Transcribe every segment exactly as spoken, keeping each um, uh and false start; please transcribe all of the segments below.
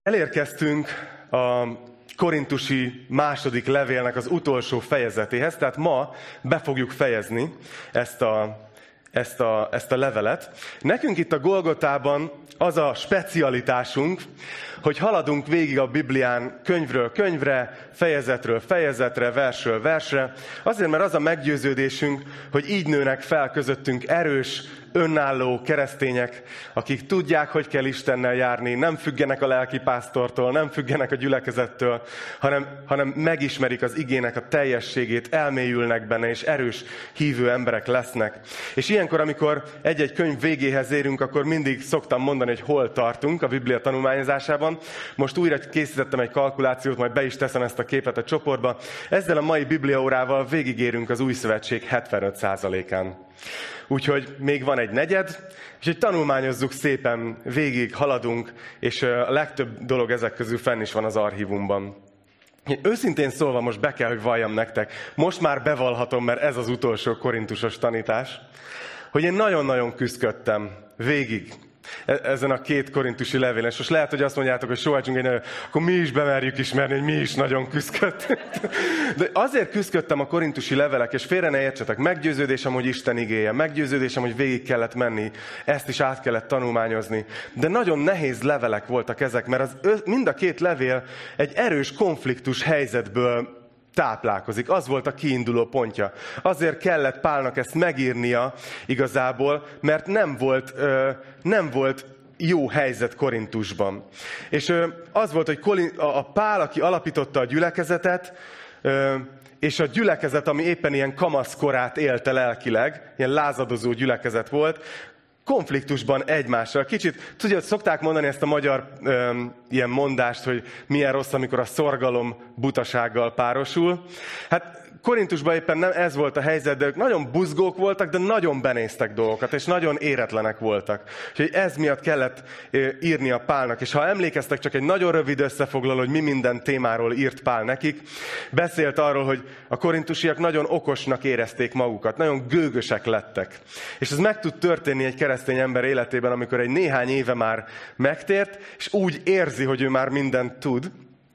Elérkeztünk a korintusi második levélnek az utolsó fejezetéhez, tehát ma be fogjuk fejezni ezt a, ezt a, ezt a levelet. Nekünk itt a Golgotában az a specialitásunk, hogy haladunk végig a Biblián könyvről könyvre, fejezetről fejezetre, versről versre, azért, mert az a meggyőződésünk, hogy így nőnek fel közöttünk erős, önálló keresztények, akik tudják, hogy kell Istennel járni, nem függenek a lelkipásztortól, nem függenek a gyülekezettől, hanem, hanem megismerik az igének a teljességét, elmélyülnek benne, és erős hívő emberek lesznek. És ilyenkor, amikor egy-egy könyv végéhez érünk, akkor mindig szoktam mondani, hogy hol tartunk a Biblia tanulmányozásában. Most újra készítettem egy kalkulációt, majd be is teszem ezt a képet a csoportba. Ezzel a mai bibliaórával végigérünk az Új Szövetség hetvenöt százalékán. Úgyhogy még van egy negyed, és hogy tanulmányozzuk szépen, végig haladunk, és a legtöbb dolog ezek közül fenn is van az archívumban. Én őszintén szólva most be kell, hogy valljam nektek, most már bevallhatom, mert ez az utolsó korintusos tanítás, hogy én nagyon-nagyon küzdködtem végig ezen a két korintusi levélen. És most lehet, hogy azt mondjátok, hogy sohajtsunk egy nagyon, akkor mi is bemerjük ismerni, hogy mi is nagyon küzdködtünk. De azért küzdködtem a korintusi levelek, és félre ne értsetek, meggyőződésem, hogy Isten igéje, meggyőződésem, hogy végig kellett menni, ezt is át kellett tanulmányozni. De nagyon nehéz levelek voltak ezek, mert az, mind a két levél egy erős konfliktus helyzetből táplálkozik. Az volt a kiinduló pontja. Azért kellett Pálnak ezt megírnia igazából, mert nem volt, ö, nem volt jó helyzet Korintusban. És ö, az volt, hogy a Pál, aki alapította a gyülekezetet, ö, és a gyülekezet, ami éppen ilyen kamaszkorát élte lelkileg, ilyen lázadozó gyülekezet volt, konfliktusban egymással. Kicsit, tudod, szokták mondani ezt a magyar ö, ilyen mondást, hogy milyen rossz, amikor a szorgalom butasággal párosul. Hát Korintusban éppen nem ez volt a helyzet, de ők nagyon buzgók voltak, de nagyon benéztek dolgokat, és nagyon éretlenek voltak. Úgyhogy ez miatt kellett írni a Pálnak. És ha emlékeztek, csak egy nagyon rövid összefoglaló, hogy mi minden témáról írt Pál nekik, beszélt arról, hogy a korintusiak nagyon okosnak érezték magukat, nagyon gőgösek lettek. És ez meg tud történni egy keresztény ember életében, amikor egy néhány éve már megtért, és úgy érzi, hogy ő már mindent tud,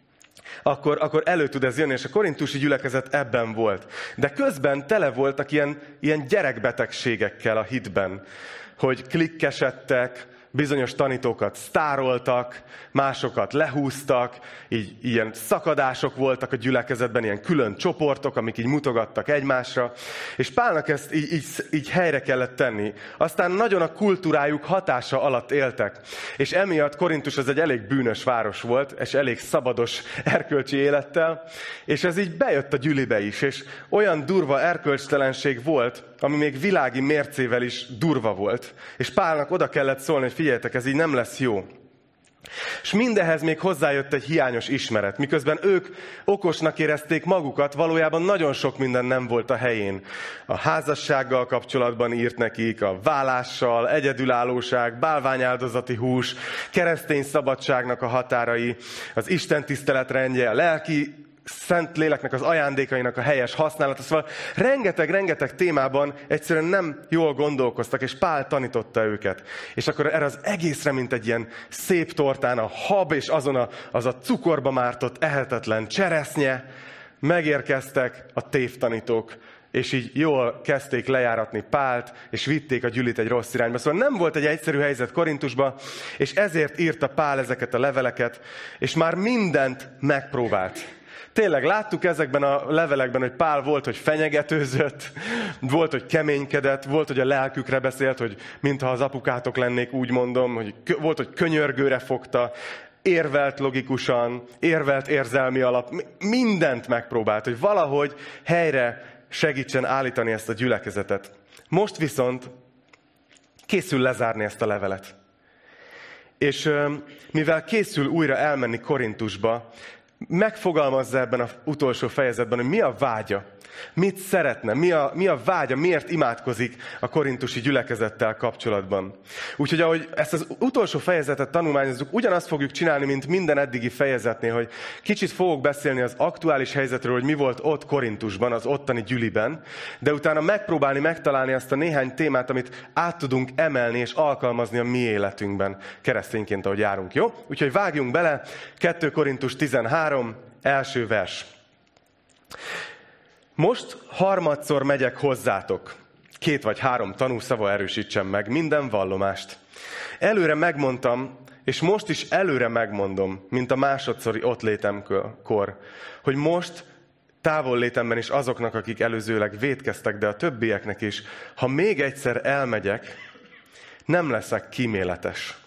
Akkor, akkor elő tud ez jönni, és a korintusi gyülekezet ebben volt. De közben tele voltak ilyen, ilyen gyerekbetegségekkel a hitben, hogy klikkesedtek, bizonyos tanítókat sztároltak, másokat lehúztak, így ilyen szakadások voltak a gyülekezetben, ilyen külön csoportok, amik így mutogattak egymásra, és Pálnak ezt így, így, így helyre kellett tenni. Aztán nagyon a kultúrájuk hatása alatt éltek, és emiatt Korintus az egy elég bűnös város volt, és elég szabados erkölcsi élettel, és ez így bejött a gyülibe is, és olyan durva erkölcstelenség volt, ami még világi mércével is durva volt. És Pálnak oda kellett szólni, hogy figyeljetek, ez így nem lesz jó. És mindehhez még hozzájött egy hiányos ismeret. Miközben ők okosnak érezték magukat, valójában nagyon sok minden nem volt a helyén. A házassággal kapcsolatban írt nekik, a vállással, egyedülállóság, bálványáldozati hús, keresztény szabadságnak a határai, az istentisztelet rendje, a lelki Szent Léleknek az ajándékainak a helyes használata. Szóval rengeteg-rengeteg témában egyszerűen nem jól gondolkoztak, és Pál tanította őket. És akkor erre az egészre, mint egy ilyen szép tortán a hab, és azon a, az a cukorba mártott ehetetlen cseresznye, megérkeztek a tévtanítók, és így jól kezdték lejáratni Pált, és vitték a gyülit egy rossz irányba. Szóval nem volt egy egyszerű helyzet Korintusban, és ezért írta Pál ezeket a leveleket, és már mindent megpróbált. Tényleg láttuk ezekben a levelekben, hogy Pál volt, hogy fenyegetőzött, volt, hogy keménykedett, volt, hogy a lelkükre beszélt, hogy mintha az apukátok lennék, úgy mondom, hogy volt, hogy könyörgőre fogta, érvelt logikusan, érvelt érzelmi alap, mindent megpróbált, hogy valahogy helyre segítsen állítani ezt a gyülekezetet. Most viszont készül lezárni ezt a levelet. És mivel készül újra elmenni Korintusba, megfogalmazza ebben az utolsó fejezetben, hogy mi a vágya. Mit szeretne? Mi a, mi a vágya? Miért imádkozik a korintusi gyülekezettel kapcsolatban? Úgyhogy ahogy ezt az utolsó fejezetet tanulmányozzuk, ugyanazt fogjuk csinálni, mint minden eddigi fejezetnél, hogy kicsit fogok beszélni az aktuális helyzetről, hogy mi volt ott Korintusban, az ottani gyüliben, de utána megpróbálni megtalálni azt a néhány témát, amit át tudunk emelni és alkalmazni a mi életünkben keresztényként, ahogy járunk, jó? Úgyhogy vágjunk bele, kettő Korintus tizenhárom, első vers. Most harmadszor megyek hozzátok. Két vagy három tanúszava erősítsen meg minden vallomást. Előre megmondtam, és most is előre megmondom, mint a másodszori ottlétemkor, hogy most távollétemben is azoknak, akik előzőleg vétkeztek, de a többieknek is, ha még egyszer elmegyek, nem leszek kíméletes.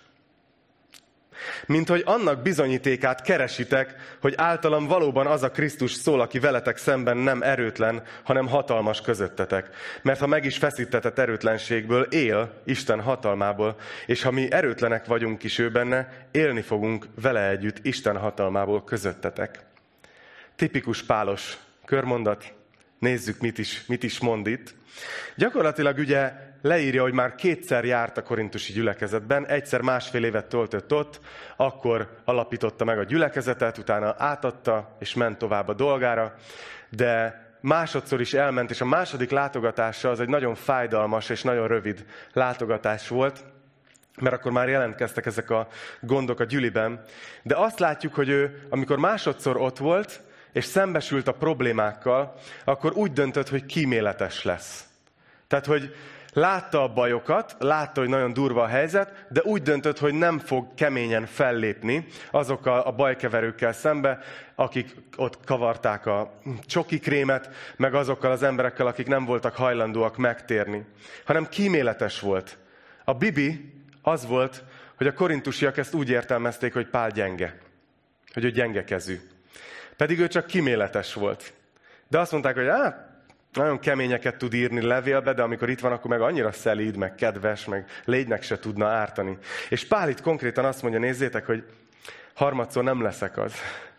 Mint hogy annak bizonyítékát keresitek, hogy általam valóban az a Krisztus szól, aki veletek szemben nem erőtlen, hanem hatalmas közöttetek. Mert ha meg is feszítetett erőtlenségből, él Isten hatalmából, és ha mi erőtlenek vagyunk is ő benne, élni fogunk vele együtt Isten hatalmából közöttetek. Tipikus pálos körmondat, nézzük mit is, mit is mond itt. Gyakorlatilag ugye leírja, hogy már kétszer járt a korintusi gyülekezetben, egyszer másfél évet töltött ott, akkor alapította meg a gyülekezetet, utána átadta és ment tovább a dolgára, de másodszor is elment, és a második látogatása az egy nagyon fájdalmas és nagyon rövid látogatás volt, mert akkor már jelentkeztek ezek a gondok a gyüliben. De azt látjuk, hogy ő, amikor másodszor ott volt, és szembesült a problémákkal, akkor úgy döntött, hogy kíméletes lesz. Tehát, hogy látta a bajokat, látta, hogy nagyon durva a helyzet, de úgy döntött, hogy nem fog keményen fellépni azokkal a bajkeverőkkel szembe, akik ott kavarták a csoki krémet, meg azokkal az emberekkel, akik nem voltak hajlandóak megtérni. Hanem kíméletes volt. A bibi az volt, hogy a korintusiak ezt úgy értelmezték, hogy Pál gyenge. Hogy ő gyengekezű. Pedig ő csak kíméletes volt. De azt mondták, hogy hát, nagyon keményeket tud írni levélbe, de amikor itt van, akkor meg annyira szelíd, meg kedves, meg légynek se tudna ártani. És Pál itt konkrétan azt mondja, nézzétek, hogy harmadszor nem leszek az.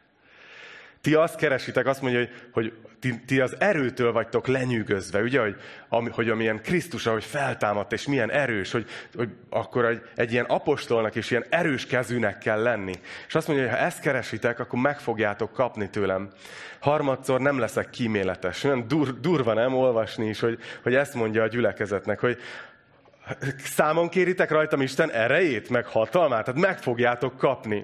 Ti azt keresitek, azt mondja, hogy, hogy ti, ti az erőtől vagytok lenyűgözve, ugye, hogy, ami, hogy amilyen Krisztus, ahogy feltámadt, és milyen erős, hogy, hogy akkor egy, egy ilyen apostolnak és ilyen erős kezűnek kell lenni. És azt mondja, hogy ha ezt keresitek, akkor meg fogjátok kapni tőlem. Harmadszor nem leszek kíméletes. Olyan dur, durva nem olvasni is, hogy, hogy ezt mondja a gyülekezetnek, hogy számon kéritek rajtam Isten erejét, meg hatalmát, tehát meg fogjátok kapni.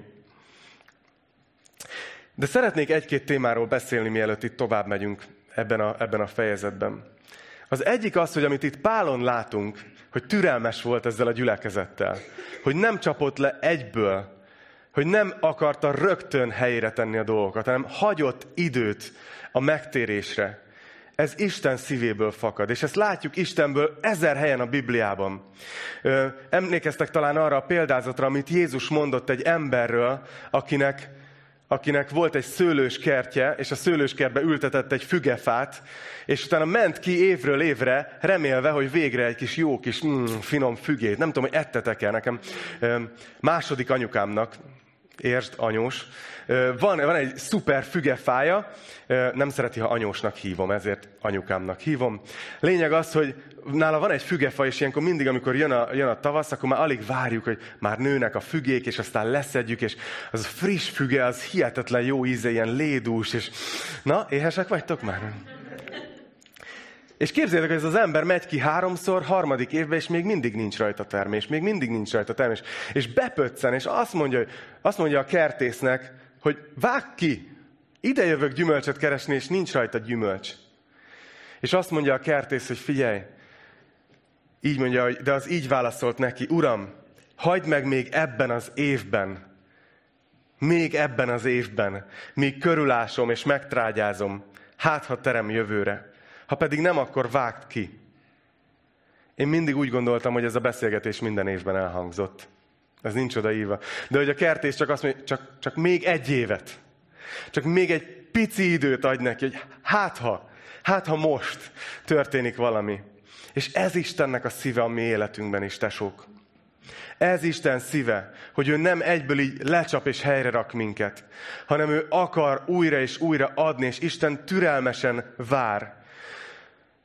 De szeretnék egy-két témáról beszélni, mielőtt itt tovább megyünk ebben a, ebben a fejezetben. Az egyik az, hogy amit itt Pálon látunk, hogy türelmes volt ezzel a gyülekezettel. Hogy nem csapott le egyből, hogy nem akarta rögtön helyére tenni a dolgokat, hanem hagyott időt a megtérésre. Ez Isten szívéből fakad, és ezt látjuk Istenből ezer helyen a Bibliában. Ö, emlékeztek talán arra a példázatra, amit Jézus mondott egy emberről, akinek akinek volt egy szőlőskertje, és a szőlőskertbe ültetett egy fügefát, és utána ment ki évről évre, remélve, hogy végre egy kis jó kis mm, finom fügét. Nem tudom, hogy ettetek el nekem. Második anyukámnak, értsd, anyós, van, van egy szuper fügefája, nem szereti, ha anyósnak hívom, ezért anyukámnak hívom. Lényeg az, hogy nála van egy fügefa, és ilyenkor mindig, amikor jön a, jön a tavasz, akkor már alig várjuk, hogy már nőnek a fügék, és aztán leszedjük, és az a friss füge, az hihetetlen jó íze, ilyen lédús, és na, éhesek vagytok már? És képzeljétek, hogy ez az ember megy ki háromszor, harmadik évben, és még mindig nincs rajta termés, még mindig nincs rajta termés. És bepöccen, és azt mondja, azt mondja a kertésznek, hogy vágd ki, ide jövök gyümölcsöt keresni, és nincs rajta gyümölcs. És azt mondja a kertész, hogy figyelj, így mondja, de az így válaszolt neki, Uram, hagyd meg még ebben az évben, még ebben az évben, míg körülásom és megtrágyázom, hát ha terem jövőre. Ha pedig nem, akkor vágd ki. Én mindig úgy gondoltam, hogy ez a beszélgetés minden évben elhangzott. Ez nincs odaírva. De hogy a kertész csak azt mondja, csak, csak még egy évet. Csak még egy pici időt adj neki, hogy hát ha, hát ha most történik valami. És ez Istennek a szíve a mi életünkben is, tesók. Ez Isten szíve, hogy ő nem egyből így lecsap és helyre rak minket, hanem ő akar újra és újra adni, és Isten türelmesen vár.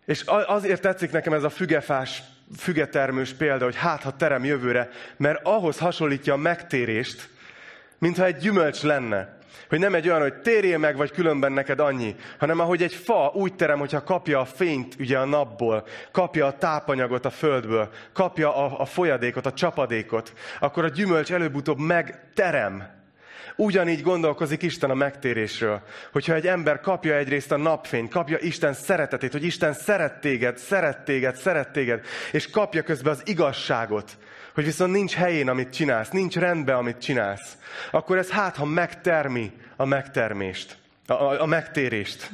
És azért tetszik nekem ez a fügefás, fügetermős példa, hogy hát, ha terem jövőre, mert ahhoz hasonlítja a megtérést, mintha egy gyümölcs lenne. Hogy nem egy olyan, hogy térjél meg, vagy különben neked annyi, hanem ahogy egy fa úgy terem, hogyha kapja a fényt ugye a napból, kapja a tápanyagot a földből, kapja a, a folyadékot, a csapadékot, akkor a gyümölcs előbb-utóbb megterem. Ugyanígy gondolkozik Isten a megtérésről. Hogyha egy ember kapja egyrészt a napfényt, kapja Isten szeretetét, hogy Isten szeret téged, szeret téged, szeret téged, és kapja közben az igazságot, hogy viszont nincs helyén, amit csinálsz, nincs rendben, amit csinálsz, akkor ez hát, ha megtermi a megtermést, a, a, a megtérést.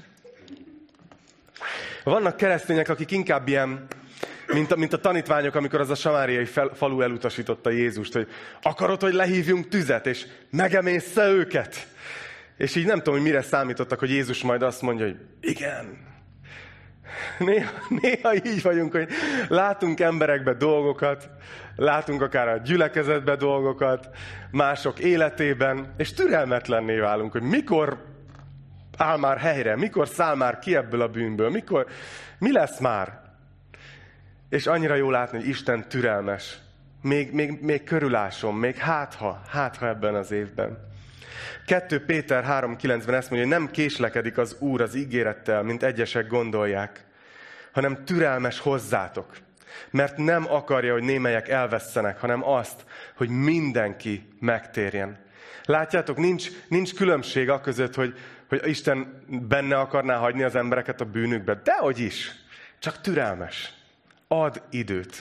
Vannak keresztények, akik inkább ilyen, mint a, mint a tanítványok, amikor az a samáriai fel, falu elutasította Jézust, hogy akarod, hogy lehívjunk tüzet, és megemészze őket. És így nem tudom, hogy mire számítottak, hogy Jézus majd azt mondja, hogy igen. Néha, néha így vagyunk, hogy látunk emberekbe dolgokat, látunk akár a gyülekezetbe dolgokat, mások életében, és türelmetlenné válunk, hogy mikor áll már helyre, mikor száll már ki ebből a bűnből, mikor, mi lesz már? És annyira jó látni, hogy Isten türelmes. Még, még, még körülásom, még hátha, hátha ebben az évben. kettő Péter három kilencben ezt mondja, hogy nem késlekedik az Úr az ígérettel, mint egyesek gondolják, hanem türelmes hozzátok. Mert nem akarja, hogy némelyek elvesszenek, hanem azt, hogy mindenki megtérjen. Látjátok, nincs, nincs különbség a között, hogy, hogy Isten benne akarná hagyni az embereket a bűnükbe. Dehogy is, csak türelmes. Ad időt.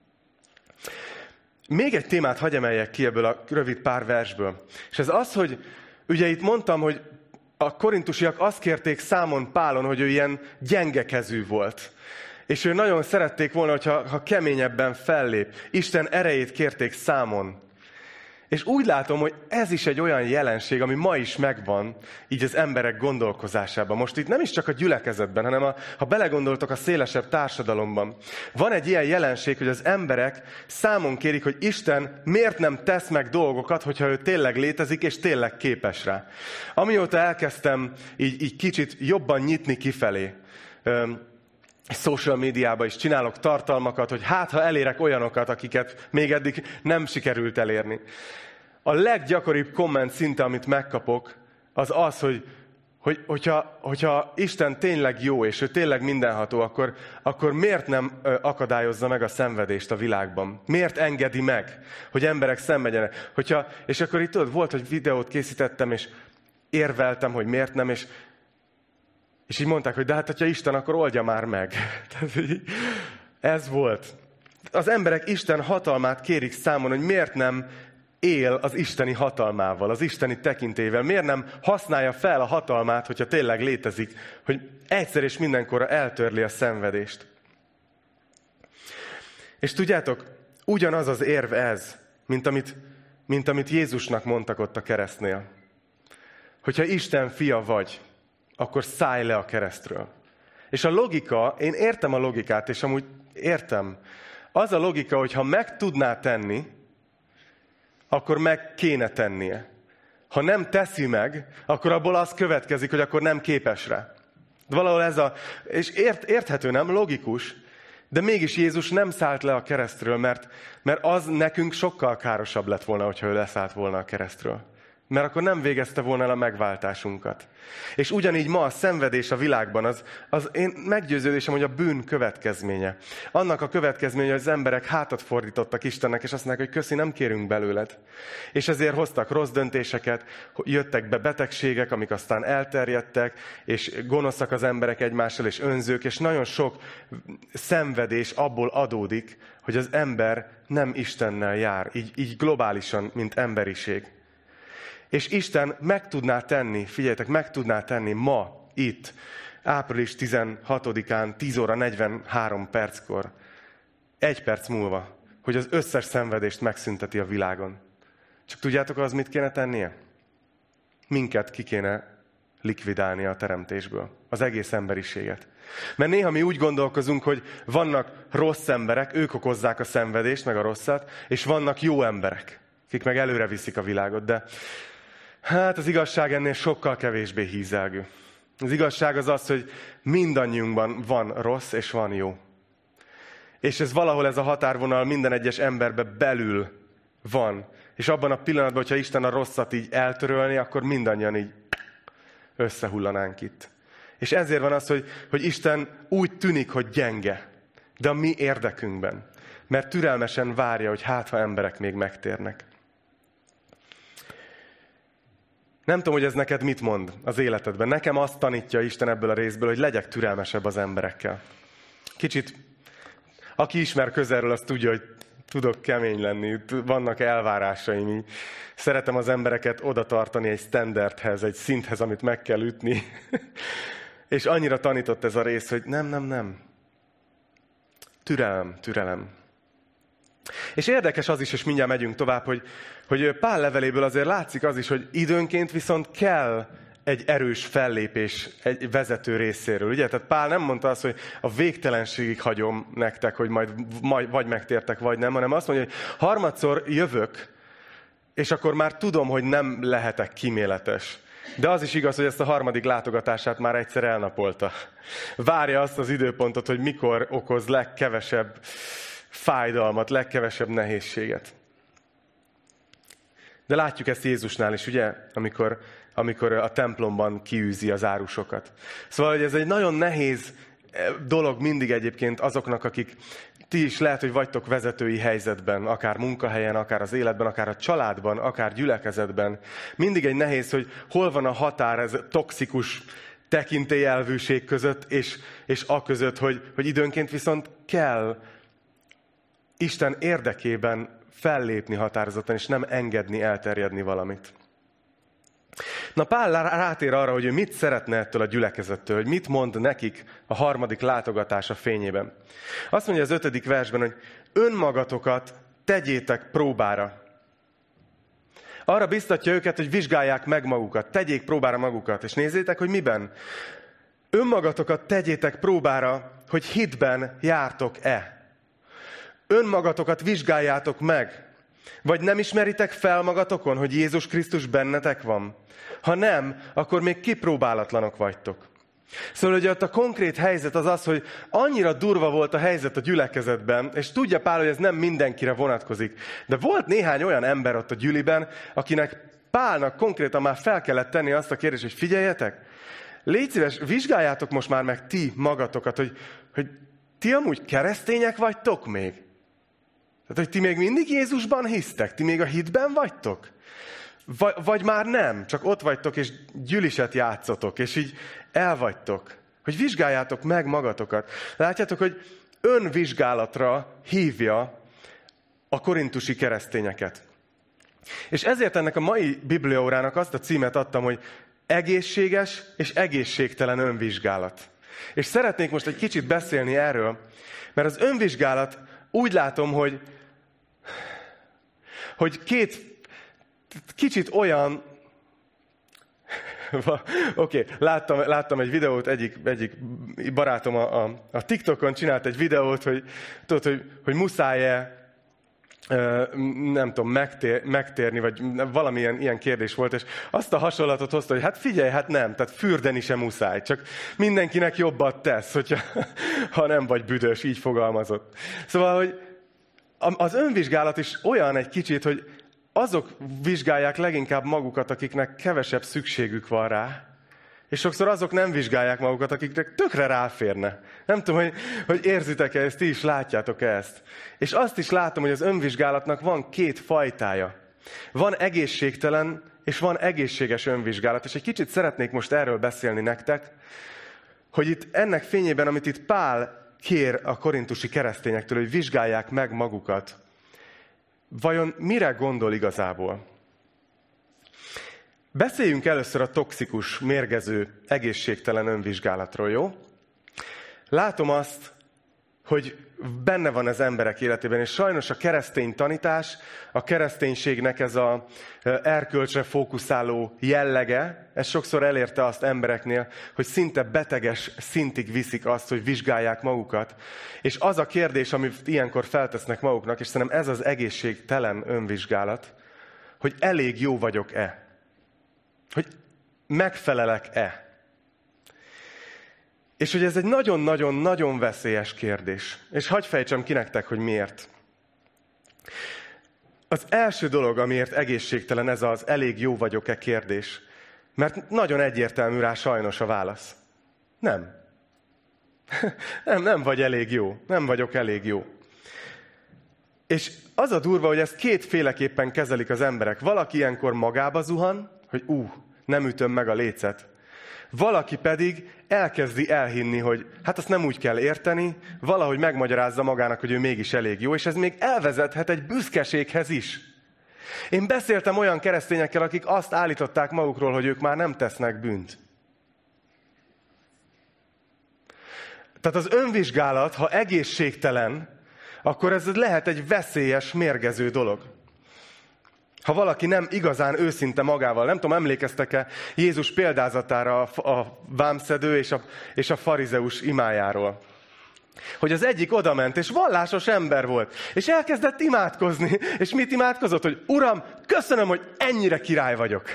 Még egy témát hadd emeljek ki ebből a rövid pár versből. És ez az, hogy ugye itt mondtam, hogy a korintusiak azt kérték számon Pálon, hogy ő ilyen gyengekezű volt. És ő nagyon szerették volna, hogyha ha keményebben fellép. Isten erejét kérték számon. És úgy látom, hogy ez is egy olyan jelenség, ami ma is megvan, így az emberek gondolkozásában. Most itt nem is csak a gyülekezetben, hanem a, ha belegondoltok a szélesebb társadalomban. Van egy ilyen jelenség, hogy az emberek számon kérik, hogy Isten miért nem tesz meg dolgokat, hogyha ő tényleg létezik, és tényleg képes rá. Amióta elkezdtem így, így kicsit jobban nyitni kifelé, social médiában is csinálok tartalmakat, hogy hát, ha elérek olyanokat, akiket még eddig nem sikerült elérni. A leggyakoribb komment szinte, amit megkapok, az az, hogy, hogy hogyha, hogyha Isten tényleg jó, és ő tényleg mindenható, akkor, akkor miért nem akadályozza meg a szenvedést a világban? Miért engedi meg, hogy emberek szenvedjenek? Hogyha, és akkor itt tudod, volt, hogy videót készítettem, és érveltem, hogy miért nem, és És így mondták, hogy de hát, hogyha Isten, akkor oldja már meg. Ez volt. Az emberek Isten hatalmát kérik számon, hogy miért nem él az isteni hatalmával, az isteni tekintélyével. Miért nem használja fel a hatalmát, hogyha tényleg létezik, hogy egyszer és mindenkorra eltörli a szenvedést. És tudjátok, ugyanaz az érv ez, mint amit, mint amit Jézusnak mondtak ott a keresztnél. Hogyha Isten fia vagy, akkor szállj le a keresztről. És a logika, én értem a logikát, és amúgy értem. Az a logika, hogy ha meg tudná tenni, akkor meg kéne tennie. Ha nem teszi meg, akkor abból az következik, hogy akkor nem képes rá. De valahol ez a... És ért, érthető, nem? Logikus. De mégis Jézus nem szállt le a keresztről, mert, mert az nekünk sokkal károsabb lett volna, hogyha ő leszállt volna a keresztről. Mert akkor nem végezte volna el a megváltásunkat. És ugyanígy ma a szenvedés a világban, az, az én meggyőződésem, hogy a bűn következménye. Annak a következménye, hogy az emberek hátat fordítottak Istennek, és azt mondják, hogy köszi, nem kérünk belőled. És ezért hoztak rossz döntéseket, jöttek be betegségek, amik aztán elterjedtek, és gonoszak az emberek egymással, és önzők, és nagyon sok szenvedés abból adódik, hogy az ember nem Istennel jár, így, így globálisan, mint emberiség. És Isten meg tudná tenni, figyeljetek, meg tudná tenni ma, itt, április tizenhatodikán, tíz óra negyvenhárom perckor, egy perc múlva, hogy az összes szenvedést megszünteti a világon. Csak tudjátok, az mit kéne tennie? Minket ki kéne likvidálni a teremtésből. Az egész emberiséget. Mert néha mi úgy gondolkozunk, hogy vannak rossz emberek, ők okozzák a szenvedést, meg a rosszat, és vannak jó emberek, akik meg előre viszik a világot, de hát az igazság ennél sokkal kevésbé hízelgő. Az igazság az az, hogy mindannyiunkban van rossz és van jó. És ez valahol ez a határvonal minden egyes emberbe belül van. És abban a pillanatban, hogyha Isten a rosszat így eltörölni, akkor mindannyian így összehullanánk itt. És ezért van az, hogy, hogy Isten úgy tűnik, hogy gyenge, de a mi érdekünkben. Mert türelmesen várja, hogy hát, ha emberek még megtérnek. Nem tudom, hogy ez neked mit mond az életedben. Nekem azt tanítja Isten ebből a részből, hogy legyek türelmesebb az emberekkel. Kicsit, aki ismer közelről, azt tudja, hogy tudok kemény lenni, vannak elvárásaim. Szeretem az embereket oda tartani egy standardhez, egy szinthez, amit meg kell ütni. És annyira tanított ez a rész, hogy nem, nem, nem. Türelem, türelem. És érdekes az is, és mindjárt megyünk tovább, hogy, hogy Pál leveléből azért látszik az is, hogy időnként viszont kell egy erős fellépés egy vezető részéről. Ugye? Tehát Pál nem mondta azt, hogy a végtelenségig hagyom nektek, hogy majd, majd vagy megtértek, vagy nem, hanem azt mondja, hogy harmadszor jövök, és akkor már tudom, hogy nem lehetek kíméletes. De az is igaz, hogy ezt a harmadik látogatását már egyszer elnapolta. Várja azt az időpontot, hogy mikor okoz legkevesebb fájdalmat, legkevesebb nehézséget. De látjuk ezt Jézusnál is, ugye? Amikor, amikor a templomban kiűzi az árusokat. Szóval, hogy ez egy nagyon nehéz dolog mindig egyébként azoknak, akik ti is lehet, hogy vagytok vezetői helyzetben, akár munkahelyen, akár az életben, akár a családban, akár gyülekezetben. Mindig egy nehéz, hogy hol van a határ ez toxikus tekintélyelvűség között, és, és a között, hogy, hogy időnként viszont kell Isten érdekében fellépni határozottan, és nem engedni elterjedni valamit. Na Pál rátér arra, hogy ő mit szeretne ettől a gyülekezettől, hogy mit mond nekik a harmadik látogatása fényében. Azt mondja az ötödik versben, hogy önmagatokat tegyétek próbára. Arra biztatja őket, hogy vizsgálják meg magukat, tegyék próbára magukat, és nézzétek, hogy miben. Önmagatokat tegyétek próbára, hogy hitben jártok-e. Önmagatokat vizsgáljátok meg. Vagy nem ismeritek fel magatokon, hogy Jézus Krisztus bennetek van? Ha nem, akkor még kipróbálatlanok vagytok. Szóval, hogy ott a konkrét helyzet az az, hogy annyira durva volt a helyzet a gyülekezetben, és tudja Pál, hogy ez nem mindenkire vonatkozik. De volt néhány olyan ember ott a gyüliben, akinek Pálnak konkrétan már fel kellett tenni azt a kérdést, hogy figyeljetek, légy szíves, vizsgáljátok most már meg ti magatokat, hogy, hogy ti amúgy keresztények vagytok még? Tehát, hogy ti még mindig Jézusban hisztek? Ti még a hitben vagytok? Vagy, vagy már nem, csak ott vagytok, és gyüliset játszotok, és így elvagytok. Hogy vizsgáljátok meg magatokat. Látjátok, hogy önvizsgálatra hívja a korintusi keresztényeket. És ezért ennek a mai bibliaórának azt a címet adtam, hogy egészséges és egészségtelen önvizsgálat. És szeretnék most egy kicsit beszélni erről, mert az önvizsgálat úgy látom, hogy, hogy két kicsit olyan, oké, okay, láttam, láttam egy videót, egyik, egyik barátom a, a, a TikTokon csinált egy videót, hogy, tudod, hogy, hogy muszáj-e, nem tudom, megtér, megtérni, vagy valamilyen ilyen kérdés volt, és azt a hasonlatot hozta, hogy hát figyelj, hát nem, tehát fürdeni sem muszáj, csak mindenkinek jobbat tesz, hogyha, ha nem vagy büdös, így fogalmazott. Szóval, hogy az önvizsgálat is olyan egy kicsit, hogy azok vizsgálják leginkább magukat, akiknek kevesebb szükségük van rá, és sokszor azok nem vizsgálják magukat, akiknek tökre ráférne. Nem tudom, hogy, hogy érzitek-e ezt, ti is látjátok ezt. És azt is látom, hogy az önvizsgálatnak van két fajtája. Van egészségtelen, és van egészséges önvizsgálat. És egy kicsit szeretnék most erről beszélni nektek, hogy itt ennek fényében, amit itt Pál kér a korintusi keresztényektől, hogy vizsgálják meg magukat, vajon mire gondol igazából? Beszéljünk először a toxikus, mérgező, egészségtelen önvizsgálatról, jó? Látom azt, hogy benne van az emberek életében, és sajnos a keresztény tanítás, a kereszténységnek ez a erkölcsre fókuszáló jellege, ez sokszor elérte azt embereknél, hogy szinte beteges szintig viszik azt, hogy vizsgálják magukat. És az a kérdés, amit ilyenkor feltesznek maguknak, és szerintem ez az egészségtelen önvizsgálat, hogy elég jó vagyok-e? Hogy megfelelek-e? És hogy ez egy nagyon-nagyon-nagyon veszélyes kérdés. És hadd fejtsem ki nektek, hogy miért. Az első dolog, amiért egészségtelen ez az elég jó vagyok-e kérdés. Mert nagyon egyértelmű rá sajnos a válasz. Nem. nem, nem vagy elég jó. Nem vagyok elég jó. És az a durva, hogy ezt kétféleképpen kezelik az emberek. Valaki ilyenkor magába zuhan, hogy ú, nem ütöm meg a lécet. Valaki pedig elkezdi elhinni, hogy hát azt nem úgy kell érteni, valahogy megmagyarázza magának, hogy ő mégis elég jó, és ez még elvezethet egy büszkeséghez is. Én beszéltem olyan keresztényekkel, akik azt állították magukról, hogy ők már nem tesznek bűnt. Tehát az önvizsgálat, ha egészségtelen, akkor ez lehet egy veszélyes, mérgező dolog. Ha valaki nem igazán őszinte magával, nem tudom, emlékeztek-e Jézus példázatára a vámszedő és a, és a farizeus imájáról. Hogy az egyik odament, és vallásos ember volt, és elkezdett imádkozni. És mit imádkozott? Hogy Uram, köszönöm, hogy ennyire király vagyok.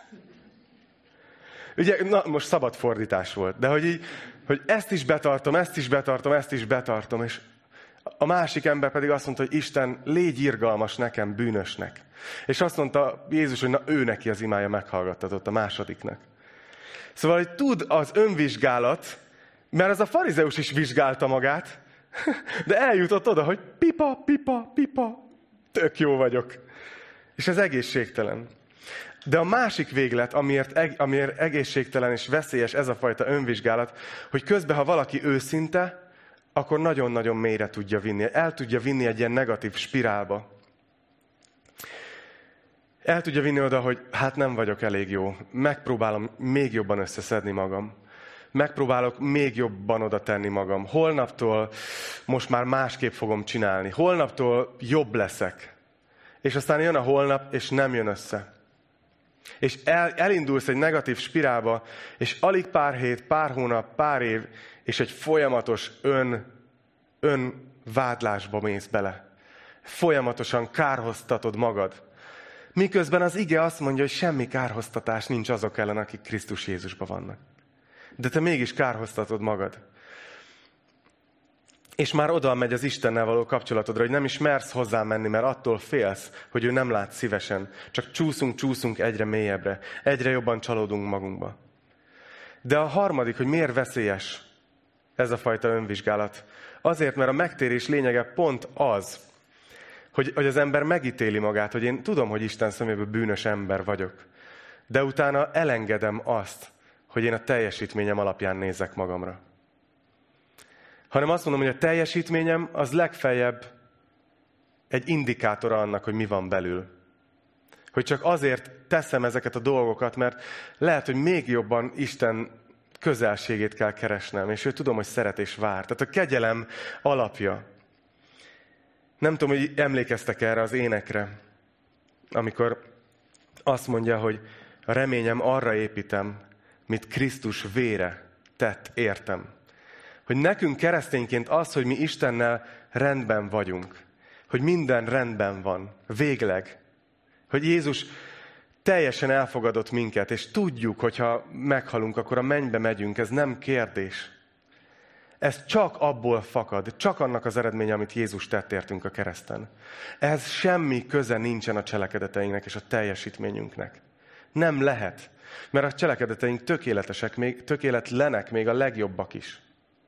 Ugye, na, most szabad fordítás volt, de hogy így, hogy ezt is betartom, ezt is betartom, ezt is betartom, és a másik ember pedig azt mondta, hogy Isten, légy irgalmas nekem, bűnösnek. És azt mondta Jézus, hogy na ő neki az imája meghallgattatott a másodiknak. Szóval, hogy tud az önvizsgálat, mert az a farizeus is vizsgálta magát, de eljutott oda, hogy pipa, pipa, pipa, tök jó vagyok. És ez egészségtelen. De a másik véglet, amiért, amiért egészségtelen és veszélyes ez a fajta önvizsgálat, hogy közben, ha valaki őszinte, akkor nagyon-nagyon mélyre tudja vinni. El tudja vinni egy ilyen negatív spirálba. El tudja vinni oda, hogy hát nem vagyok elég jó. Megpróbálom még jobban összeszedni magam. Megpróbálok még jobban oda tenni magam. Holnaptól most már másképp fogom csinálni. Holnaptól jobb leszek. És aztán jön a holnap, és nem jön össze. És el, elindulsz egy negatív spirálba, és alig pár hét, pár hónap, pár év, és egy folyamatos ön, önvádlásba mész bele. Folyamatosan kárhoztatod magad. Miközben az ige azt mondja, hogy semmi kárhoztatás nincs azok ellen, akik Krisztus Jézusban vannak. De te mégis kárhoztatod magad. És már oda megy az Istennel való kapcsolatodra, hogy nem is mersz hozzá menni, mert attól félsz, hogy ő nem lát szívesen. Csak csúszunk, csúszunk egyre mélyebbre. Egyre jobban csalódunk magunkba. De a harmadik, hogy miért veszélyes ez a fajta önvizsgálat. Azért, mert a megtérés lényege pont az, hogy, hogy az ember megítéli magát, hogy én tudom, hogy Isten szeméből bűnös ember vagyok. De utána elengedem azt, hogy én a teljesítményem alapján nézek magamra. Hanem azt mondom, hogy a teljesítményem az legfeljebb egy indikátora annak, hogy mi van belül. Hogy csak azért teszem ezeket a dolgokat, mert lehet, hogy még jobban Isten közelségét kell keresnem, és ő tudom, hogy szeret és vár. Tehát a kegyelem alapja. Nem tudom, hogy emlékeztek erre az énekre, amikor azt mondja, hogy a reményem arra építem, mit Krisztus vére tett értem. Hogy nekünk keresztényként az, hogy mi Istennel rendben vagyunk. Hogy minden rendben van. Végleg. Hogy Jézus teljesen elfogadott minket, és tudjuk, hogyha meghalunk, akkor a mennybe megyünk. Ez nem kérdés. Ez csak abból fakad, csak annak az eredménye, amit Jézus tett értünk a kereszten. Ehhez semmi köze nincsen a cselekedeteinknek és a teljesítményünknek. Nem lehet, mert a cselekedeteink tökéletesek, még, tökéletlenek, még a legjobbak is.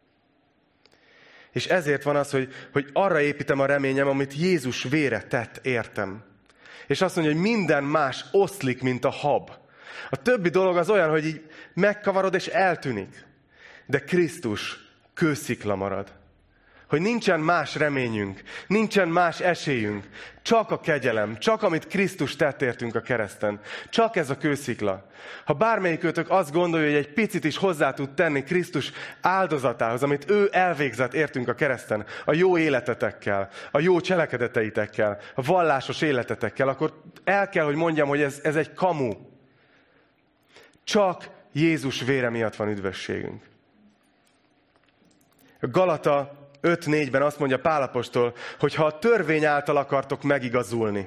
És ezért van az, hogy, hogy arra építem a reményem, amit Jézus vére tett értem. És azt mondja, hogy minden más oszlik, mint a hab. A többi dolog az olyan, hogy így megkavarod és eltűnik. De Krisztus kőszikla marad. Hogy nincsen más reményünk, nincsen más esélyünk. Csak a kegyelem, csak amit Krisztus tett értünk a kereszten. Csak ez a kőszikla. Ha bármelyikőtök azt gondolja, hogy egy picit is hozzá tud tenni Krisztus áldozatához, amit ő elvégzett értünk a kereszten, a jó életetekkel, a jó cselekedeteitekkel, a vallásos életetekkel, akkor el kell, hogy mondjam, hogy ez, ez egy kamu. Csak Jézus vére miatt van üdvösségünk. Galata öt négyben azt mondja Pál apostol, hogy ha a törvény által akartok megigazulni,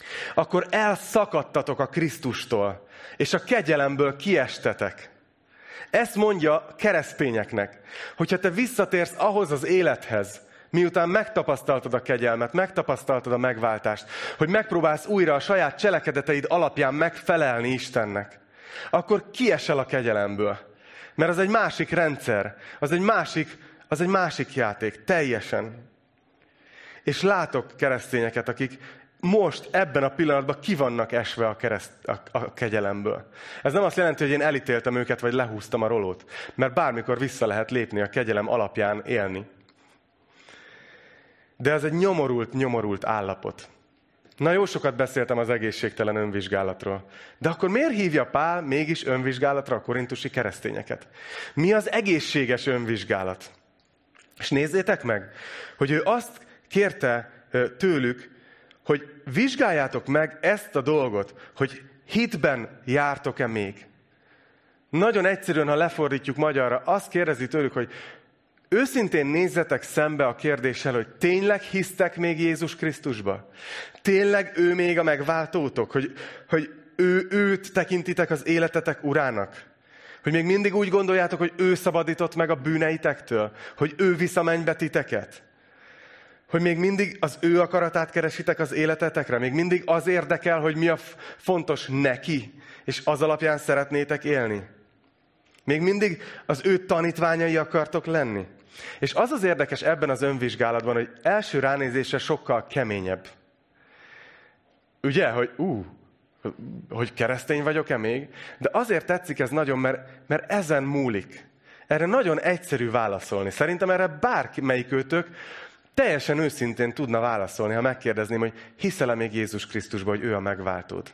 akkor elszakadtatok a Krisztustól, és a kegyelemből kiestetek. Ezt mondja keresztényeknek, hogyha te visszatérsz ahhoz az élethez, miután megtapasztaltad a kegyelmet, megtapasztaltad a megváltást, hogy megpróbálsz újra a saját cselekedeteid alapján megfelelni Istennek, akkor kiesel a kegyelemből. Mert az egy másik rendszer, az egy másik, az egy másik játék, teljesen. És látok keresztényeket, akik most ebben a pillanatban ki vannak esve a, kereszt, a, a kegyelemből. Ez nem azt jelenti, hogy én elítéltem őket, vagy lehúztam a rolót, mert bármikor vissza lehet lépni a kegyelem alapján élni. De ez egy nyomorult, nyomorult állapot. Na, jó sokat beszéltem az egészségtelen önvizsgálatról. De akkor miért hívja Pál mégis önvizsgálatra a korintusi keresztényeket? Mi az egészséges önvizsgálat? És nézzétek meg, hogy ő azt kérte tőlük, hogy vizsgáljátok meg ezt a dolgot, hogy hitben jártok-e még. Nagyon egyszerűen, ha lefordítjuk magyarra, azt kérdezi tőlük, hogy őszintén nézzetek szembe a kérdéssel, hogy tényleg hisztek még Jézus Krisztusba? Tényleg ő még a megváltótok? Hogy, hogy ő, őt tekintitek az életetek urának? Hogy még mindig úgy gondoljátok, hogy ő szabadított meg a bűneitektől? Hogy ő visz a mennybe titeket? Hogy még mindig az ő akaratát keresitek az életetekre? Még mindig az érdekel, hogy mi a fontos neki? És az alapján szeretnétek élni? Még mindig az ő tanítványai akartok lenni? És az az érdekes ebben az önvizsgálatban, hogy első ránézésre sokkal keményebb. Ugye, hogy ú, hogy keresztény vagyok-e még? De azért tetszik ez nagyon, mert, mert ezen múlik. Erre nagyon egyszerű válaszolni. Szerintem erre bármelyik őtök teljesen őszintén tudna válaszolni, ha megkérdezném, hogy hiszel-e még Jézus Krisztusba, hogy ő a megváltód?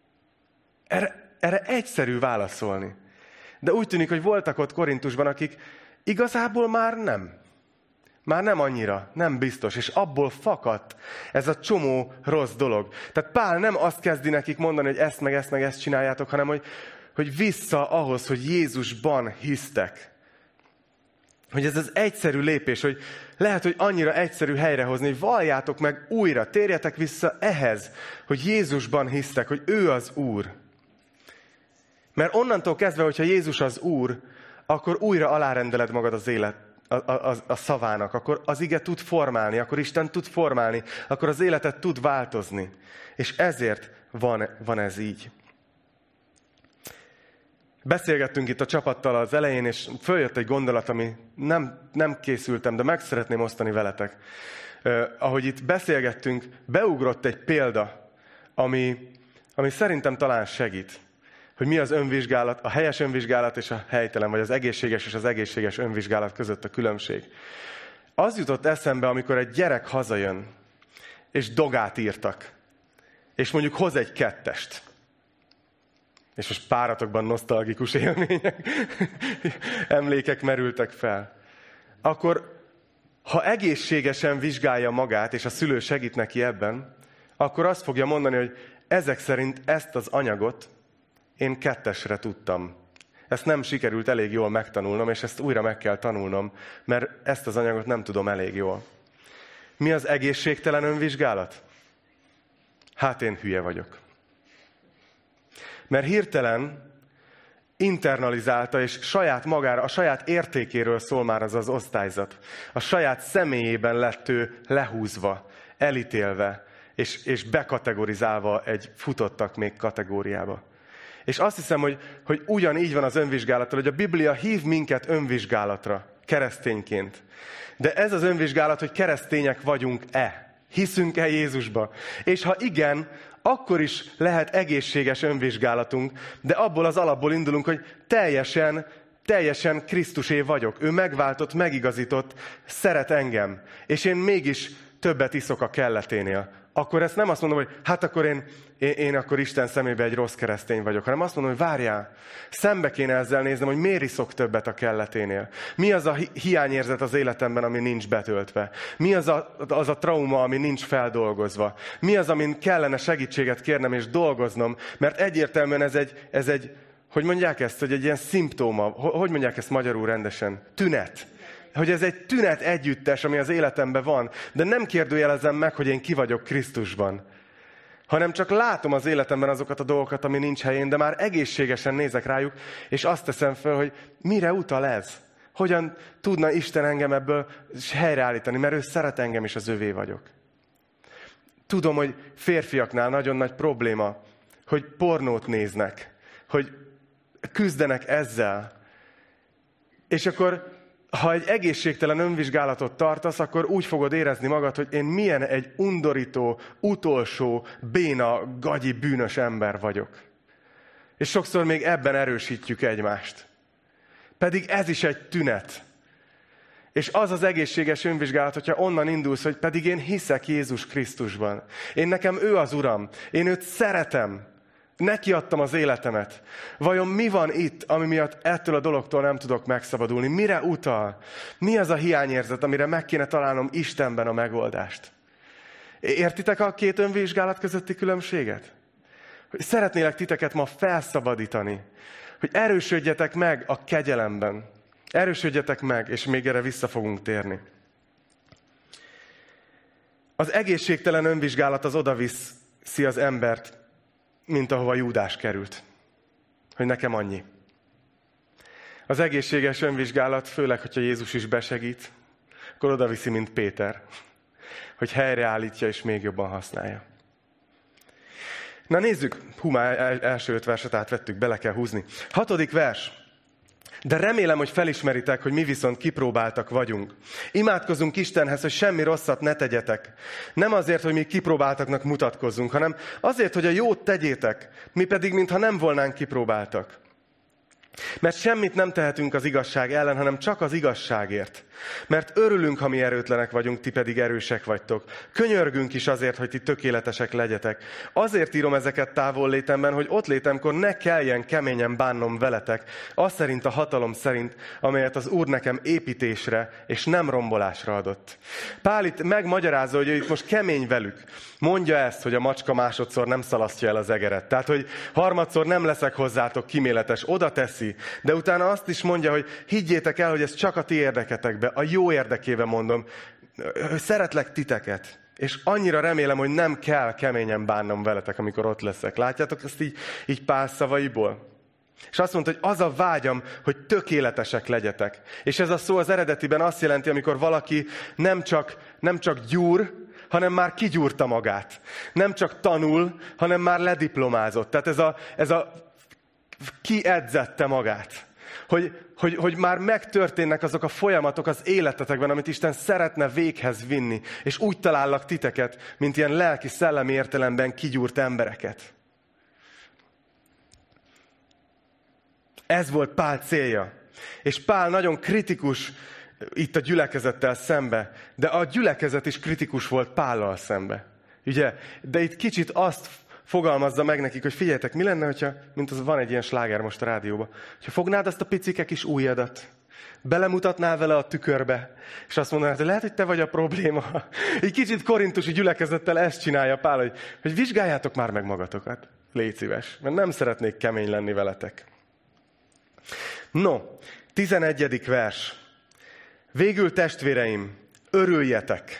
Erre, erre egyszerű válaszolni. De úgy tűnik, hogy voltak ott Korintusban, akik igazából már nem. Már nem annyira, nem biztos. És abból fakadt ez a csomó rossz dolog. Tehát Pál nem azt kezdi nekik mondani, hogy ezt meg ezt meg ezt csináljátok, hanem hogy, hogy vissza ahhoz, hogy Jézusban hisztek. Hogy ez az egyszerű lépés, hogy lehet, hogy annyira egyszerű helyrehozni, hogy valljátok meg újra, térjetek vissza ehhez, hogy Jézusban hisztek, hogy ő az Úr. Mert onnantól kezdve, hogyha Jézus az Úr, akkor újra alárendeled magad az élet, a, a, a, a szavának, akkor az ige tud formálni, akkor Isten tud formálni, akkor az életed tud változni. És ezért van, van ez így. Beszélgettünk itt a csapattal az elején, és följött egy gondolat, ami nem, nem készültem, de meg szeretném osztani veletek. Uh, ahogy itt beszélgettünk, beugrott egy példa, ami, ami szerintem talán segít. Hogy mi az önvizsgálat, a helyes önvizsgálat és a helytelen, vagy az egészséges és az egészséges önvizsgálat között a különbség. Az jutott eszembe, amikor egy gyerek hazajön, és dogát írtak, és mondjuk hoz egy kettest. És most páratokban nosztalgikus élmények, emlékek merültek fel. Akkor, ha egészségesen vizsgálja magát, és a szülő segít neki ebben, akkor azt fogja mondani, hogy ezek szerint ezt az anyagot én kettesre tudtam. Ezt nem sikerült elég jól megtanulnom, és ezt újra meg kell tanulnom, mert ezt az anyagot nem tudom elég jól. Mi az egészségtelen önvizsgálat? Hát én hülye vagyok. Mert hirtelen internalizálta, és saját magára, a saját értékéről szól már az az osztályzat. A saját személyében lett ő lehúzva, elítélve, és, és bekategorizálva egy futottak még kategóriába. És azt hiszem, hogy, hogy ugyanígy van az önvizsgálattal, hogy a Biblia hív minket önvizsgálatra, keresztényként. De ez az önvizsgálat, hogy keresztények vagyunk-e? Hiszünk-e Jézusba? És ha igen, akkor is lehet egészséges önvizsgálatunk, de abból az alapból indulunk, hogy teljesen, teljesen Krisztusé vagyok. Ő megváltott, megigazított, szeret engem. És én mégis többet iszok a kelleténél. Akkor ezt nem azt mondom, hogy hát akkor én, én, én akkor Isten szemébe egy rossz keresztény vagyok, hanem azt mondom, hogy várjál, szembe kéne ezzel néznem, hogy miért iszok többet a kelleténél. Mi az a hi- hiányérzet az életemben, ami nincs betöltve? Mi az a, az a trauma, ami nincs feldolgozva? Mi az, amin kellene segítséget kérnem és dolgoznom? Mert egyértelműen ez egy, ez egy hogy mondják ezt, hogy egy ilyen szimptóma, hogy mondják ezt magyarul rendesen? Tünet. Hogy ez egy tünet együttes, ami az életemben van, de nem kérdőjelezem meg, hogy én ki vagyok Krisztusban, hanem csak látom az életemben azokat a dolgokat, ami nincs helyén, de már egészségesen nézek rájuk, és azt teszem fel, hogy mire utal ez? Hogyan tudna Isten engem ebből helyreállítani, mert ő szeret engem, és az övé vagyok. Tudom, hogy férfiaknál nagyon nagy probléma, hogy pornót néznek, hogy küzdenek ezzel. És akkor, ha egy egészségtelen önvizsgálatot tartasz, akkor úgy fogod érezni magad, hogy én milyen egy undorító, utolsó, béna, gagyi, bűnös ember vagyok. És sokszor még ebben erősítjük egymást. Pedig ez is egy tünet. És az az egészséges önvizsgálat, hogyha onnan indulsz, hogy pedig én hiszek Jézus Krisztusban. Én nekem ő az Uram. Én őt szeretem. Neki adtam az életemet. Vajon mi van itt, ami miatt ettől a dologtól nem tudok megszabadulni? Mire utal? Mi az a hiányérzet, amire meg kéne találnom Istenben a megoldást? Értitek a két önvizsgálat közötti különbséget? Hogy szeretnélek titeket ma felszabadítani. Hogy erősödjetek meg a kegyelemben. Erősödjetek meg, és még erre vissza fogunk térni. Az egészségtelen önvizsgálat az odaviszi az embert, mint ahova Júdás került. Hogy nekem annyi. Az egészséges önvizsgálat, főleg, hogyha Jézus is besegít, akkor odaviszi, mint Péter. Hogy helyreállítja és még jobban használja. Na nézzük, hú, már első öt verset átvettük, bele kell húzni. Hatodik vers. De remélem, hogy felismeritek, hogy mi viszont kipróbáltak vagyunk. Imádkozunk Istenhez, hogy semmi rosszat ne tegyetek. Nem azért, hogy mi kipróbáltaknak mutatkozzunk, hanem azért, hogy a jót tegyétek, mi pedig, mintha nem volnánk kipróbáltak. Mert semmit nem tehetünk az igazság ellen, hanem csak az igazságért. Mert örülünk, ha mi erőtlenek vagyunk, ti pedig erősek vagytok. Könyörgünk is azért, hogy ti tökéletesek legyetek. Azért írom ezeket távol létemben, hogy ott létemkor ne kelljen keményen bánnom veletek, az szerint a hatalom szerint, amelyet az Úr nekem építésre és nem rombolásra adott. Pál itt megmagyarázza, hogy ő itt most kemény velük. Mondja ezt, hogy a macska másodszor nem szalasztja el az egeret. Tehát, hogy harmadszor nem leszek hozzátok kíméletes, oda teszi. De utána azt is mondja, hogy higgyétek el, hogy ez csak a ti érdeketekbe, a jó érdekében mondom. Szeretlek titeket. És annyira remélem, hogy nem kell keményen bánnom veletek, amikor ott leszek. Látjátok ezt így, így Pál szavaiból? És azt mondta, hogy az a vágyam, hogy tökéletesek legyetek. És ez a szó az eredetiben azt jelenti, amikor valaki nem csak, nem csak gyúr, hanem már kigyúrta magát. Nem csak tanul, hanem már lediplomázott. Tehát ez a, ez a kiedzette magát. Hogy, hogy, hogy már megtörténnek azok a folyamatok az életetekben, amit Isten szeretne véghez vinni. És úgy talállak titeket, mint ilyen lelki-szellemi értelemben kigyúrt embereket. Ez volt Pál célja. És Pál nagyon kritikus itt a gyülekezettel szembe, de a gyülekezet is kritikus volt Pállal szembe. Ugye? De itt kicsit azt fogalmazza meg nekik, hogy figyeljetek, mi lenne, hogyha, mint az van egy ilyen sláger most a rádióban, hogyha fognád azt a picike kis ujjadat, belemutatnál vele a tükörbe, és azt mondanád, hogy lehet, hogy te vagy a probléma. Így kicsit korintusi gyülekezettel ezt csinálja Pál, hogy, hogy vizsgáljátok már meg magatokat. Légy szíves, mert nem szeretnék kemény lenni veletek. No, tizenegyedik vers. Végül testvéreim, örüljetek.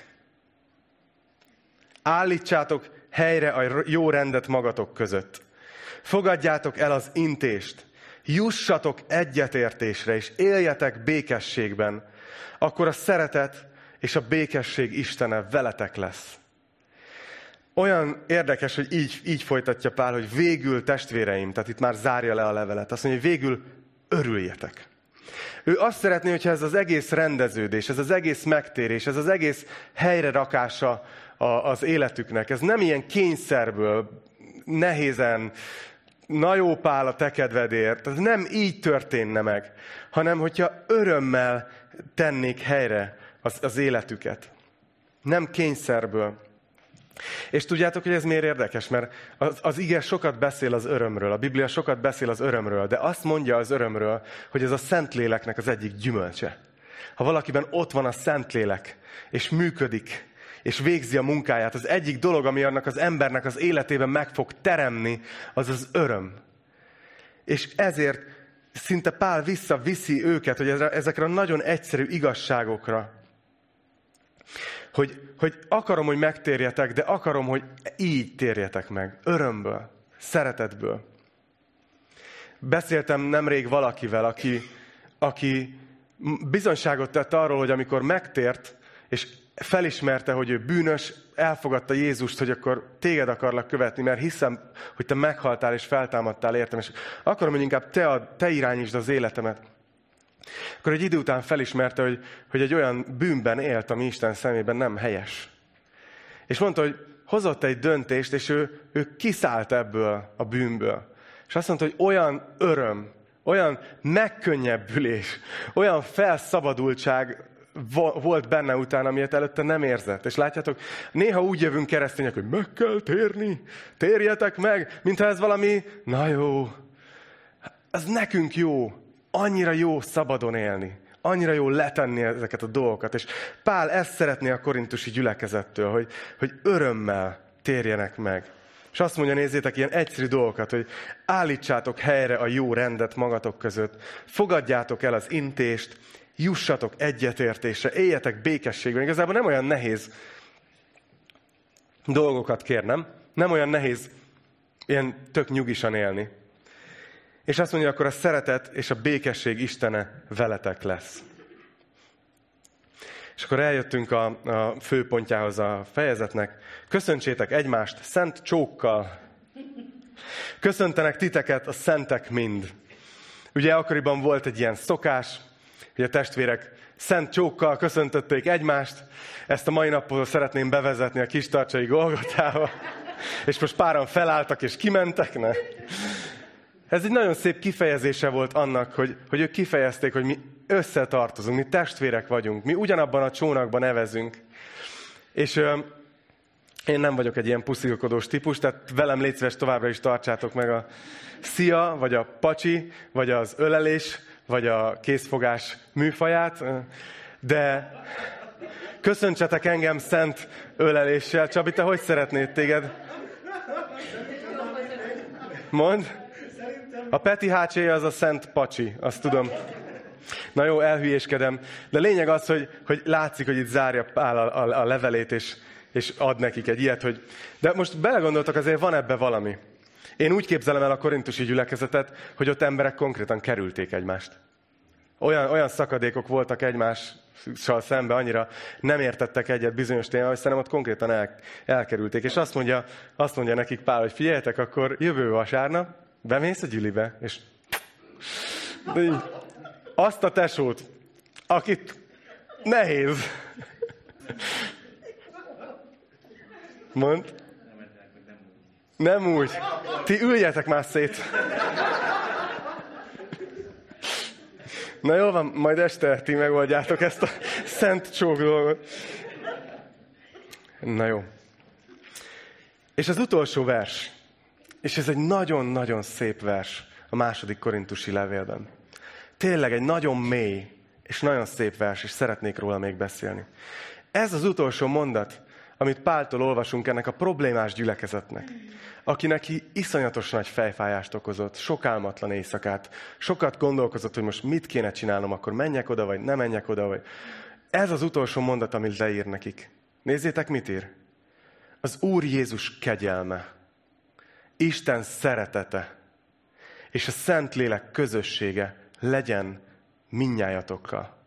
Állítsátok helyre a jó rendet magatok között. Fogadjátok el az intést. Jussatok egyetértésre, és éljetek békességben. Akkor a szeretet és a békesség Istene veletek lesz. Olyan érdekes, hogy így, így folytatja Pál, hogy végül testvéreim, tehát itt már zárja le a levelet. Azt mondja, hogy végül örüljetek. Ő azt szeretné, hogyha ez az egész rendeződés, ez az egész megtérés, ez az egész helyrerakása az életüknek, ez nem ilyen kényszerből, nehézen, na jó Pál, a te kedvedért, ez nem így történne meg, hanem hogyha örömmel tennék helyre az, az életüket. Nem kényszerből. És tudjátok, hogy ez miért érdekes? Mert az, az ige sokat beszél az örömről, a Biblia sokat beszél az örömről, de azt mondja az örömről, hogy ez a Szentléleknek az egyik gyümölcse. Ha valakiben ott van a Szentlélek, és működik, és végzi a munkáját, az egyik dolog, ami annak az embernek az életében meg fog teremni, az az öröm. És ezért szinte Pál visszaviszi őket, hogy ezekre a nagyon egyszerű igazságokra, hogy, hogy akarom, hogy megtérjetek, de akarom, hogy így térjetek meg. Örömből, szeretetből. Beszéltem nemrég valakivel, aki, aki bizonyságot tett arról, hogy amikor megtért, és felismerte, hogy ő bűnös, elfogadta Jézust, hogy akkor téged akarlak követni, mert hiszem, hogy te meghaltál és feltámadtál értem, és akarom, hogy inkább te, ad, te irányítsd az életemet. Akkor egy idő után felismerte, hogy, hogy egy olyan bűnben élt, ami Isten szemében nem helyes. És mondta, hogy hozott egy döntést, és ő, ő kiszállt ebből a bűnből. És azt mondta, hogy olyan öröm, olyan megkönnyebbülés, olyan felszabadultság volt benne utána, amilyet előtte nem érzett. És látjátok, néha úgy jövünk keresztények, hogy meg kell térni, térjetek meg, mintha ez valami, na jó, ez nekünk jó, annyira jó szabadon élni, annyira jó letenni ezeket a dolgokat. És Pál ezt szeretné a korintusi gyülekezettől, hogy, hogy örömmel térjenek meg. És azt mondja, nézzétek, ilyen egyszerű dolgokat, hogy állítsátok helyre a jó rendet magatok között, fogadjátok el az intést, jussatok egyetértésre, éljetek békességben. Igazából nem olyan nehéz dolgokat kérnem, nem olyan nehéz ilyen tök nyugisan élni. És azt mondja, akkor a szeretet és a békesség Istene veletek lesz. És akkor eljöttünk a, a főpontjához a fejezetnek. Köszöntsétek egymást szent csókkal. Köszöntenek titeket a szentek mind. Ugye akkoriban volt egy ilyen szokás, hogy a testvérek szent csókkal köszöntötték egymást. Ezt a mai napból szeretném bevezetni a Kistarcsai Golgotába. És most páran felálltak és kimentek, ne? Ez egy nagyon szép kifejezése volt annak, hogy, hogy ők kifejezték, hogy mi összetartozunk, mi testvérek vagyunk, mi ugyanabban a csónakban nevezünk. És ö, én nem vagyok egy ilyen puszilkodós típus, tehát velem légy szíves továbbra is tartsátok meg a szia, vagy a pacsi, vagy az ölelés, vagy a készfogás műfaját, de köszöntsetek engem szent öleléssel. Csabi, te hogy szeretnéd téged? Mondd. A Peti hácséja az a szent pacsi, azt tudom. Na jó, elhülyéskedem. De lényeg az, hogy, hogy látszik, hogy itt zárja Pál a, a, a levelét, és, és ad nekik egy ilyet, hogy... De most belegondoltak, azért van ebbe valami. Én úgy képzelem el a korintusi gyülekezetet, hogy ott emberek konkrétan kerülték egymást. Olyan, olyan szakadékok voltak egymással szemben, annyira nem értettek egyet bizonyos témával, hogy szerintem ott konkrétan el, elkerülték. És azt mondja, azt mondja nekik Pál, hogy figyeljetek, akkor jövő vasárnap bemész a gyülibe, és azt a tesót, akit nehéz. Mondd. Nem úgy. Ti üljetek már szét. Na jó van, majd este ti megoldjátok ezt a szent csók dolgot. Na jó. És az utolsó vers. És ez egy nagyon-nagyon szép vers a második korintusi levélben. Tényleg egy nagyon mély és nagyon szép vers, és szeretnék róla még beszélni. Ez az utolsó mondat, amit Páltól olvasunk ennek a problémás gyülekezetnek, akinek iszonyatos nagy fejfájást okozott, sok álmatlan éjszakát, sokat gondolkozott, hogy most mit kéne csinálnom, akkor menjek oda, vagy nem menjek oda, vagy... Ez az utolsó mondat, amit leír nekik. Nézzétek, mit ír? Az Úr Jézus kegyelme, Isten szeretete és a Szentlélek közössége legyen mindnyájatokkal.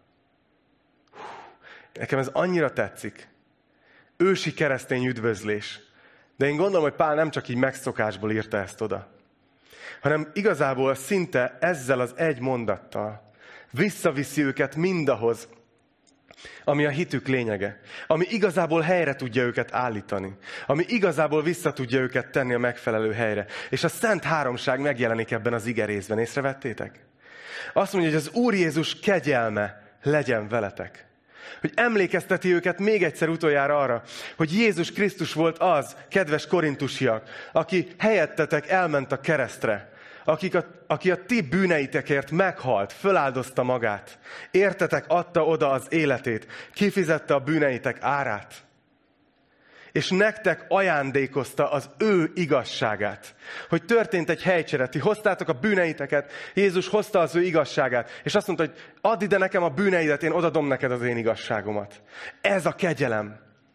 Nekem ez annyira tetszik. Ősi keresztény üdvözlés. De én gondolom, hogy Pál nem csak így megszokásból írta ezt oda, hanem igazából szinte ezzel az egy mondattal visszaviszi őket mindahhoz, ami a hitük lényege, ami igazából helyre tudja őket állítani, ami igazából vissza tudja őket tenni a megfelelő helyre. És a Szent Háromság megjelenik ebben az igerészben. Észrevettétek? Azt mondja, hogy az Úr Jézus kegyelme legyen veletek. Hogy emlékezteti őket még egyszer utoljára arra, hogy Jézus Krisztus volt az, kedves korintusiak, aki helyettetek elment a keresztre, akik a, aki a ti bűneitekért meghalt, föláldozta magát. Értetek, adta oda az életét, kifizette a bűneitek árát. És nektek ajándékozta az ő igazságát. Hogy történt egy helycsere, ti hoztátok a bűneiteket, Jézus hozta az ő igazságát, és azt mondta, hogy add ide nekem a bűneidet, én odadom neked az én igazságomat. Ez a kegyelem.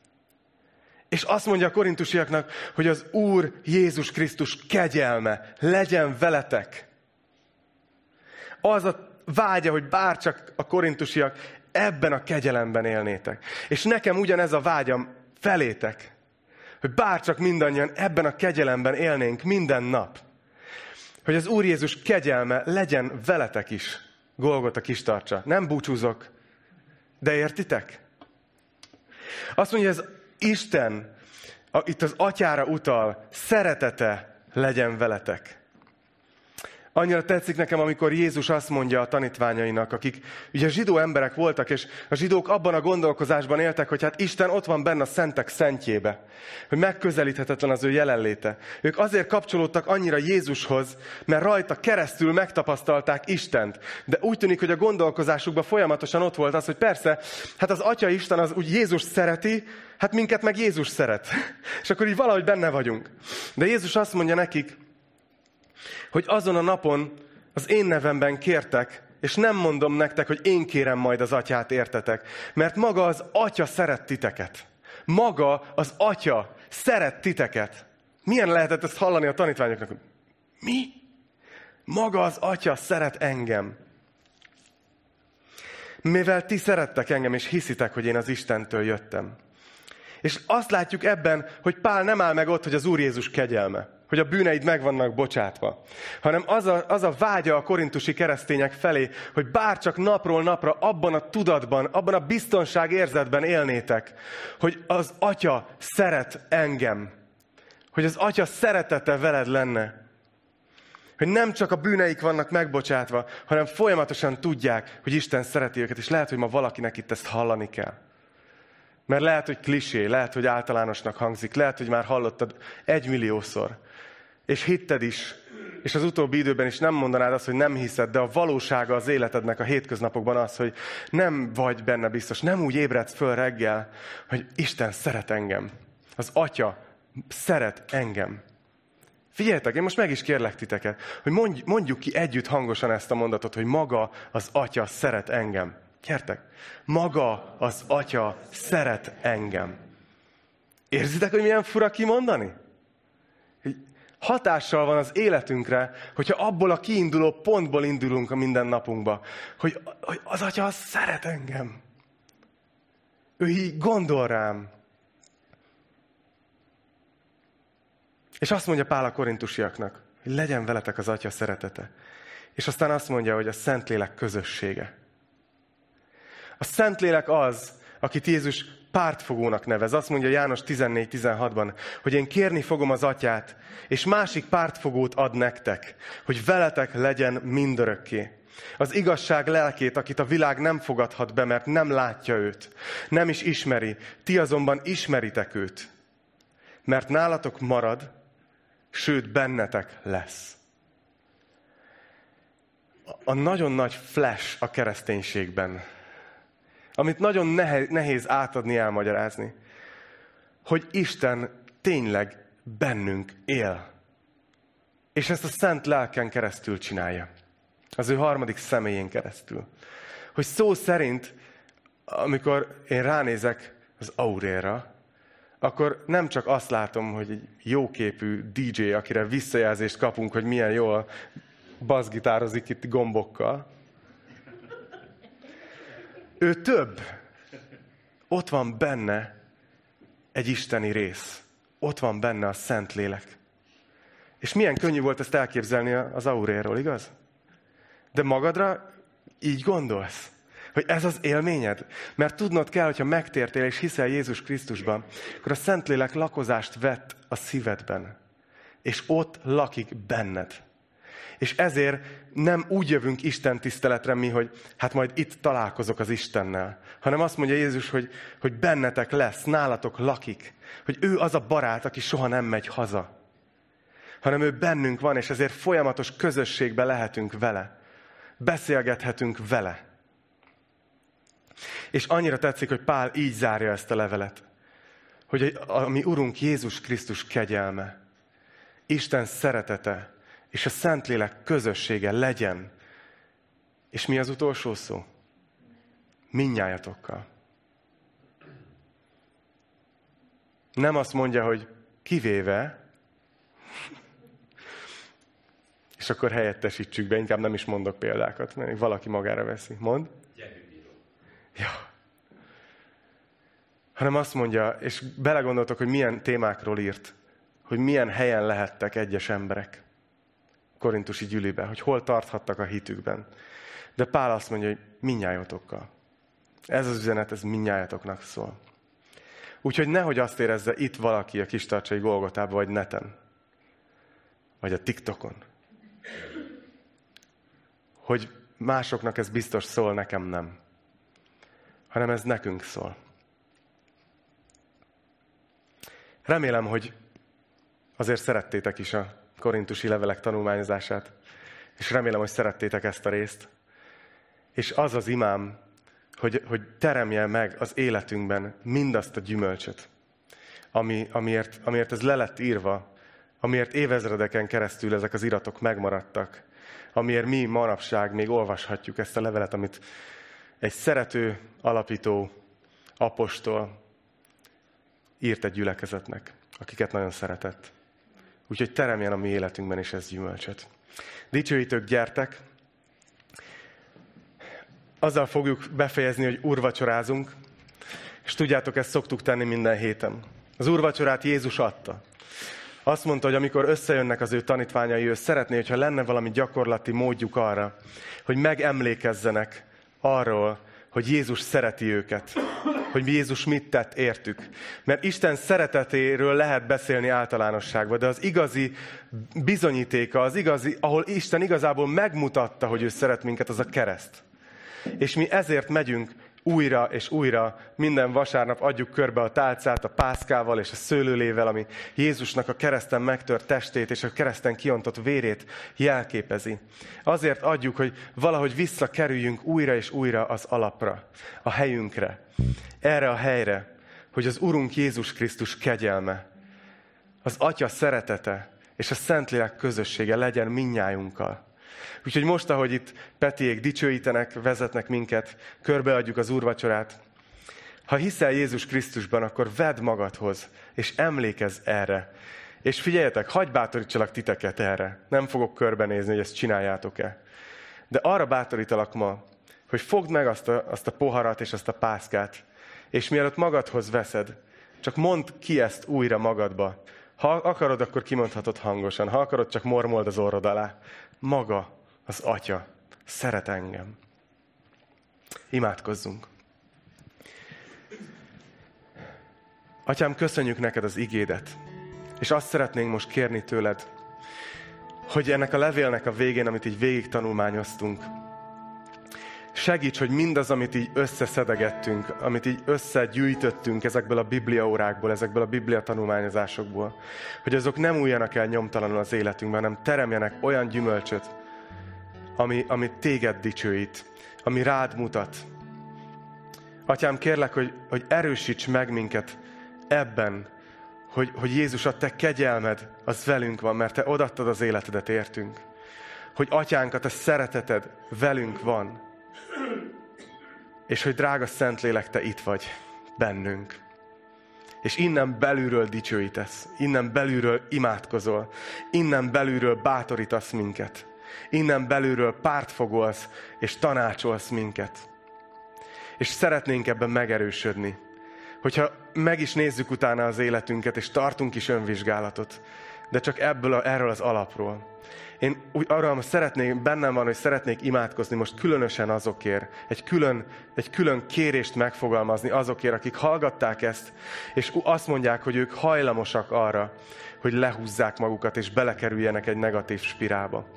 És azt mondja a korintusiaknak, hogy az Úr Jézus Krisztus kegyelme legyen veletek. Az a vágya, hogy bárcsak a korintusiak ebben a kegyelemben élnétek. És nekem ugyanez a vágyam felétek, hogy bárcsak mindannyian ebben a kegyelemben élnénk minden nap. Hogy az Úr Jézus kegyelme legyen veletek is. Golgota kis tartsa. Nem búcsúzok, de értitek? Azt mondja, ez Isten, a, itt az atyára utal, szeretete legyen veletek. Annyira tetszik nekem, amikor Jézus azt mondja a tanítványainak, akik ugye zsidó emberek voltak, és a zsidók abban a gondolkozásban éltek, hogy hát Isten ott van benne a szentek szentjébe, hogy megközelíthetetlen az ő jelenléte. Ők azért kapcsolódtak annyira Jézushoz, mert rajta keresztül megtapasztalták Istent. De úgy tűnik, hogy a gondolkozásukban folyamatosan ott volt az, hogy persze, hát az Atya Isten az úgy Jézus szereti, hát minket meg Jézus szeret. És akkor így valahogy benne vagyunk. De Jézus azt mondja nekik, hogy azon a napon az én nevemben kértek, és nem mondom nektek, hogy én kérem majd az Atyát, értetek. Mert maga az Atya szeret titeket. Maga az Atya szeret titeket. Milyen lehetett ezt hallani a tanítványoknak? Mi? Maga az Atya szeret engem. Mivel ti szerettek engem, és hiszitek, hogy én az Istentől jöttem. És azt látjuk ebben, hogy Pál nem áll meg ott, hogy az Úr Jézus kegyelme, hogy a bűneid meg vannak bocsátva, hanem az a, az a vágya a korintusi keresztények felé, hogy bárcsak napról napra abban a tudatban, abban a biztonságérzetben élnétek, hogy az Atya szeret engem, hogy az Atya szeretete veled lenne, hogy nem csak a bűneik vannak megbocsátva, hanem folyamatosan tudják, hogy Isten szereti őket, és lehet, hogy ma valakinek itt ezt hallani kell. Mert lehet, hogy klisé, lehet, hogy általánosnak hangzik, lehet, hogy már hallottad egymilliószor, és hitted is, és az utóbbi időben is nem mondanád azt, hogy nem hiszed, de a valósága az életednek a hétköznapokban az, hogy nem vagy benne biztos, nem úgy ébredsz föl reggel, hogy Isten szeret engem. Az Atya szeret engem. Figyeljetek, én most meg is kérlek titeket, hogy mondjuk ki együtt hangosan ezt a mondatot, hogy maga az Atya szeret engem. Gyertek! Maga az Atya szeret engem. Érzitek, hogy milyen fura kimondani? Hatással van az életünkre, hogyha abból a kiinduló pontból indulunk a mindennapunkba, hogy, hogy az Atya az szeret engem. Ő így gondol rám. És azt mondja Pál a korintusiaknak, hogy legyen veletek az Atya szeretete. És aztán azt mondja, hogy a Szentlélek közössége. A Szentlélek az, akit Jézus pártfogónak nevez. Azt mondja János tizennégy tizenhatban, hogy én kérni fogom az Atyát, és másik pártfogót ad nektek, hogy veletek legyen mindörökké. Az igazság lelkét, akit a világ nem fogadhat be, mert nem látja őt, nem is ismeri, ti azonban ismeritek őt, mert nálatok marad, sőt bennetek lesz. A nagyon nagy flash a kereszténységben, amit nagyon nehéz átadni, elmagyarázni, hogy Isten tényleg bennünk él. És ezt a Szent Lelken keresztül csinálja. Az ő harmadik személyén keresztül. Hogy szó szerint, amikor én ránézek az Auréra, akkor nem csak azt látom, hogy egy jóképű dé dzsé, akire visszajelzést kapunk, hogy milyen jól bassgitározik itt gombokkal. Ő több. Ott van benne egy isteni rész. Ott van benne a Szentlélek. És milyen könnyű volt ezt elképzelni az Auréról, igaz? De magadra így gondolsz, hogy ez az élményed? Mert tudnod kell, hogyha megtértél és hiszel Jézus Krisztusban, akkor a Szentlélek lakozást vett a szívedben. És ott lakik benned. És ezért nem úgy jövünk Isten tiszteletre mi, hogy hát majd itt találkozok az Istennel, hanem azt mondja Jézus, hogy, hogy bennetek lesz, nálatok lakik. Hogy ő az a barát, aki soha nem megy haza. Hanem ő bennünk van, és ezért folyamatos közösségben lehetünk vele. Beszélgethetünk vele. És annyira tetszik, hogy Pál így zárja ezt a levelet. Hogy a mi Urunk Jézus Krisztus kegyelme, Isten szeretete, és a Szentlélek közössége legyen. És mi az utolsó szó? Mindnyájatokkal. Nem azt mondja, hogy kivéve, és akkor helyettesítsük be, inkább nem is mondok példákat, mert valaki magára veszi. Mond? Ja. Hanem azt mondja, és belegondoltok, hogy milyen témákról írt, hogy milyen helyen lehettek egyes emberek korintusi gyüliben, hogy hol tarthattak a hitükben. De Pál azt mondja, hogy mindnyájotokkal. Ez az üzenet, ez mindnyájatoknak szól. Úgyhogy nehogy azt érezze itt valaki a Kistarcsai Golgotában, vagy neten, vagy a TikTokon, hogy másoknak ez biztos szól, nekem nem. Hanem ez nekünk szól. Remélem, hogy azért szerettétek is a korintusi levelek tanulmányozását, és remélem, hogy szerettétek ezt a részt. És az az imám, hogy, hogy teremje meg az életünkben mindazt a gyümölcsöt, ami, amiért, amiért ez le lett írva, amiért évezredeken keresztül ezek az iratok megmaradtak, amiért mi manapság még olvashatjuk ezt a levelet, amit egy szerető, alapító apostol írt egy gyülekezetnek, akiket nagyon szeretett. Úgyhogy teremjen a mi életünkben is ez gyümölcsöt. Dicsőítők, gyertek! Azzal fogjuk befejezni, hogy úrvacsorázunk, és tudjátok, ezt szoktuk tenni minden héten. Az úrvacsorát Jézus adta. Azt mondta, hogy amikor összejönnek az ő tanítványai, ő szeretné, hogyha lenne valami gyakorlati módjuk arra, hogy megemlékezzenek arról, hogy Jézus szereti őket, hogy Jézus mit tett értük. Mert Isten szeretetéről lehet beszélni általánosságban, de az igazi bizonyítéka, az igazi, ahol Isten igazából megmutatta, hogy ő szeret minket, az a kereszt. És mi ezért megyünk újra és újra, minden vasárnap adjuk körbe a tálcát a pászkával és a szőlőlével, ami Jézusnak a kereszten megtört testét és a kereszten kiontott vérét jelképezi. Azért adjuk, hogy valahogy visszakerüljünk újra és újra az alapra, a helyünkre, erre a helyre, hogy az Urunk Jézus Krisztus kegyelme, az Atya szeretete és a Szentlélek közössége legyen mindnyájunkkal. Úgyhogy most, ahogy itt Petiék dicsőítenek, vezetnek minket, körbeadjuk az úrvacsorát. Ha hiszel Jézus Krisztusban, akkor vedd magadhoz, és emlékezz erre. És figyeljetek, hagyj bátorítsalak titeket erre. Nem fogok körbenézni, hogy ezt csináljátok-e. De arra bátorítalak ma, hogy fogd meg azt a, azt a poharat és azt a pászkát, és mielőtt magadhoz veszed, csak mondd ki ezt újra magadba. Ha akarod, akkor kimondhatod hangosan. Ha akarod, csak mormold az orrod alá. Maga az Atya szeret engem. Imádkozzunk. Atyám, köszönjük neked az igédet, és azt szeretnénk most kérni tőled, hogy ennek a levélnek a végén, amit így végig tanulmányoztunk, segíts, hogy mindaz, amit így összeszedegettünk, amit így összegyűjtöttünk ezekből a bibliaórákból, ezekből a biblia tanulmányozásokból, hogy azok nem újjanak el nyomtalanul az életünkben, hanem teremjenek olyan gyümölcsöt, ami, ami téged dicsőít, ami rád mutat. Atyám, kérlek, hogy, hogy erősíts meg minket ebben, hogy, hogy Jézus, a te kegyelmed, az velünk van, mert te odaadtad az életedet értünk. Hogy Atyánk, a te szereteted velünk van. És hogy drága Szentlélek, te itt vagy bennünk. És innen belülről dicsőítesz, innen belülről imádkozol, innen belülről bátorítasz minket. Innen belülről pártfogolsz és tanácsolsz minket. És szeretnénk ebben megerősödni. Hogyha meg is nézzük utána az életünket, és tartunk is önvizsgálatot, de csak ebből a, erről az alapról. Én úgy arra szeretnék, bennem van, hogy szeretnék imádkozni most különösen azokért, egy külön, egy külön kérést megfogalmazni azokért, akik hallgatták ezt, és azt mondják, hogy ők hajlamosak arra, hogy lehúzzák magukat, és belekerüljenek egy negatív spirálba.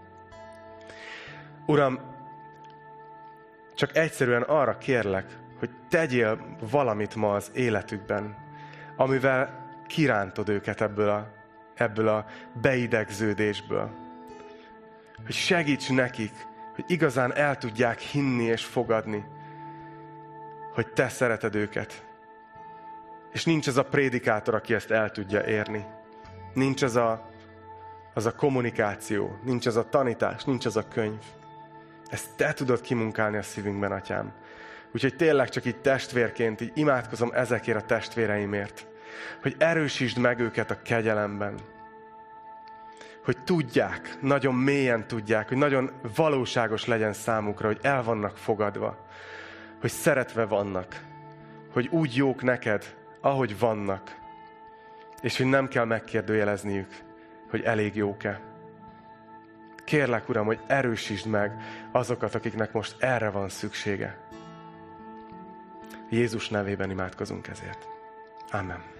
Uram, csak egyszerűen arra kérlek, hogy tegyél valamit ma az életükben, amivel kirántod őket ebből a, ebből a beidegződésből. Hogy segíts nekik, hogy igazán el tudják hinni és fogadni, hogy te szereted őket. És nincs az a prédikátor, aki ezt el tudja érni. Nincs az a, az a kommunikáció, nincs az a tanítás, nincs az a könyv. Ezt te tudod kimunkálni a szívünkben, Atyám. Úgyhogy tényleg csak így testvérként így imádkozom ezekért a testvéreimért, hogy erősítsd meg őket a kegyelemben. Hogy tudják, nagyon mélyen tudják, hogy nagyon valóságos legyen számukra, hogy el vannak fogadva, hogy szeretve vannak, hogy úgy jók neked, ahogy vannak, és hogy nem kell megkérdőjelezniük, hogy elég jók-e. Kérlek, Uram, hogy erősítsd meg azokat, akiknek most erre van szüksége. Jézus nevében imádkozunk ezért. Amen.